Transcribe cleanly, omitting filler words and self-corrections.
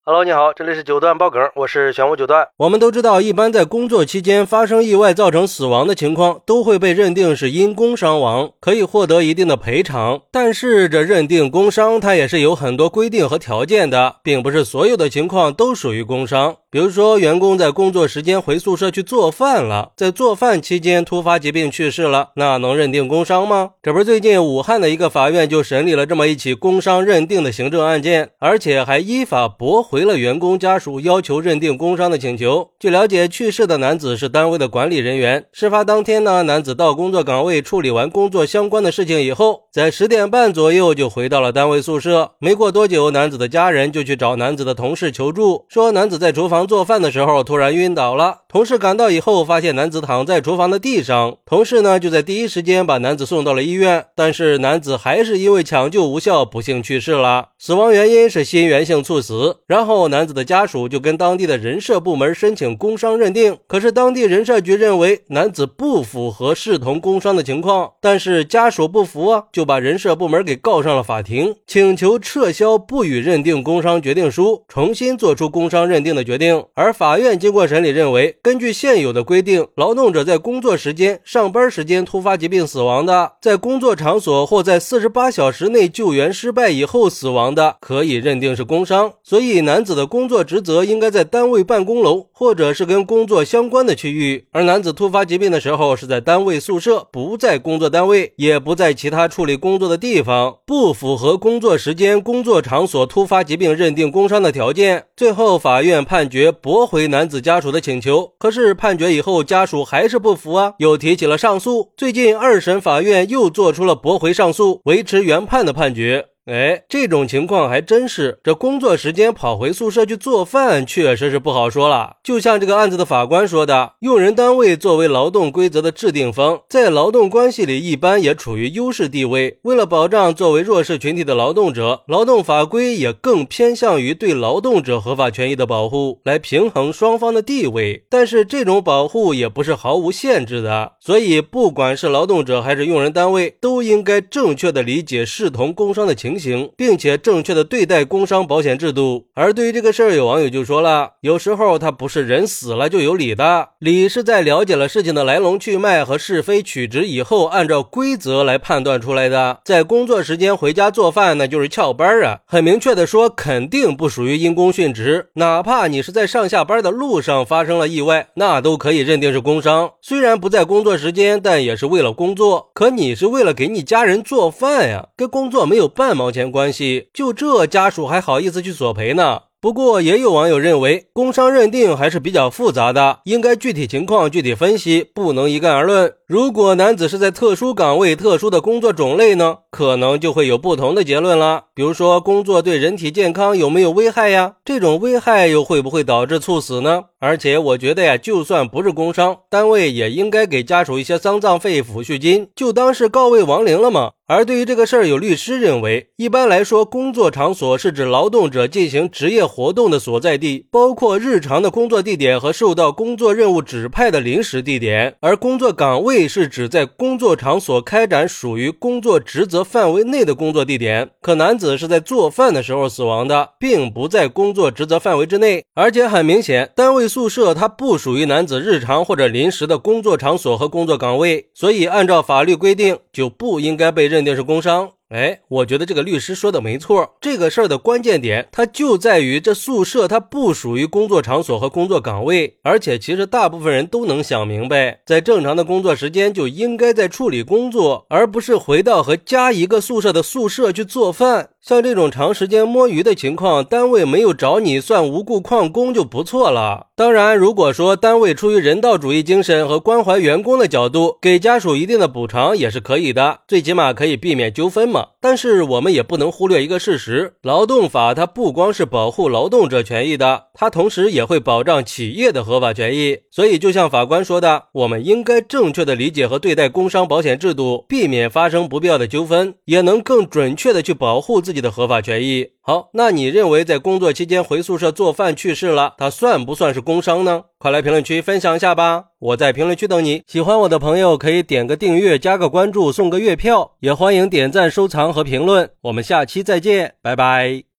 Hello， 你好，这里是九段爆梗，我是玄武九段。我们都知道，一般在工作期间发生意外造成死亡的情况，都会被认定是因工伤亡，可以获得一定的赔偿。但是这认定工伤，它也是有很多规定和条件的，并不是所有的情况都属于工伤。比如说，员工在工作时间回宿舍去做饭了，在做饭期间突发疾病去世了，那能认定工伤吗？这不是最近武汉的一个法院就审理了这么一起工伤认定的行政案件，而且还依法驳回了员工家属要求认定工伤的请求。据了解，去世的男子是单位的管理人员。事发当天呢，男子到工作岗位处理完工作相关的事情以后，在10点半左右就回到了单位宿舍。没过多久，男子的家人就去找男子的同事求助，说男子在厨房做饭的时候突然晕倒了。同事赶到以后，发现男子躺在厨房的地上，同事呢就在第一时间把男子送到了医院，但是男子还是因为抢救无效，不幸去世了。死亡原因是心源性猝死。然后男子的家属就跟当地的人社部门申请工伤认定，可是当地人社局认为男子不符合视同工伤的情况，但是家属不服啊，就把人社部门给告上了法庭，请求撤销不予认定工伤决定书，重新做出工伤认定的决定。而法院经过审理认为，根据现有的规定，劳动者在工作时间、上班时间突发疾病死亡的，在工作场所或在48小时内救援失败以后死亡的，可以认定是工伤。所以男子的工作职责应该在单位办公楼或者是跟工作相关的区域，而男子突发疾病的时候是在单位宿舍，不在工作单位，也不在其他处理工作的地方，不符合工作时间、工作场所突发疾病认定工伤的条件。最后法院判决驳回男子家属的请求，可是判决以后家属还是不服啊，又提起了上诉。最近2审法院又做出了驳回上诉、维持原判的判决。这种情况还真是，这工作时间跑回宿舍去做饭确实是不好说了。就像这个案子的法官说的，用人单位作为劳动规则的制定方，在劳动关系里一般也处于优势地位，为了保障作为弱势群体的劳动者，劳动法规也更偏向于对劳动者合法权益的保护，来平衡双方的地位。但是这种保护也不是毫无限制的，所以不管是劳动者还是用人单位，都应该正确的理解视同工伤的情形，并且正确的对待工伤保险制度。而对于这个事儿，有网友就说了，有时候他不是人死了就有理的，理是在了解了事情的来龙去脉和是非曲直以后，按照规则来判断出来的。在工作时间回家做饭那就是翘班啊，很明确的说肯定不属于因公殉职，哪怕你是在上下班的路上发生了意外，那都可以认定是工伤。虽然不在工作时间，但也是为了工作，可你是为了给你家人做饭呀，跟工作没有半毛钱关系，就这家属还好意思去索赔呢？不过也有网友认为，工伤认定还是比较复杂的，应该具体情况具体分析，不能一概而论。如果男子是在特殊岗位、特殊的工作种类呢，可能就会有不同的结论了。比如说，工作对人体健康有没有危害呀？这种危害又会不会导致猝死呢？而且我觉得呀，就算不是工伤，单位也应该给家属一些丧葬费、抚恤金，就当是告慰亡灵了嘛。而对于这个事儿，有律师认为，一般来说，工作场所是指劳动者进行职业活动的所在地，包括日常的工作地点和受到工作任务指派的临时地点，而工作岗位是指在工作场所开展属于工作职责范围内的工作地点。可男子是在做饭的时候死亡的，并不在工作职责范围之内，而且很明显，单位宿舍它不属于男子日常或者临时的工作场所和工作岗位，所以按照法律规定就不应该被认定是工伤。我觉得这个律师说的没错，这个事儿的关键点它就在于这宿舍它不属于工作场所和工作岗位，而且其实大部分人都能想明白，在正常的工作时间就应该在处理工作，而不是回到和加一个宿舍的宿舍去做饭。像这种长时间摸鱼的情况，单位没有找你算无故旷工就不错了。当然，如果说单位出于人道主义精神和关怀员工的角度，给家属一定的补偿也是可以的，最起码可以避免纠纷嘛。但是我们也不能忽略一个事实，劳动法它不光是保护劳动者权益的，它同时也会保障企业的合法权益。所以就像法官说的，我们应该正确的理解和对待工伤保险制度，避免发生不必要的纠纷，也能更准确的去保护自己的合法权益。好，那你认为在工作期间回宿舍做饭去世了，它算不算是工伤呢？快来评论区分享一下吧，我在评论区等你。喜欢我的朋友可以点个订阅，加个关注，送个月票，也欢迎点赞、收藏和评论。我们下期再见，拜拜。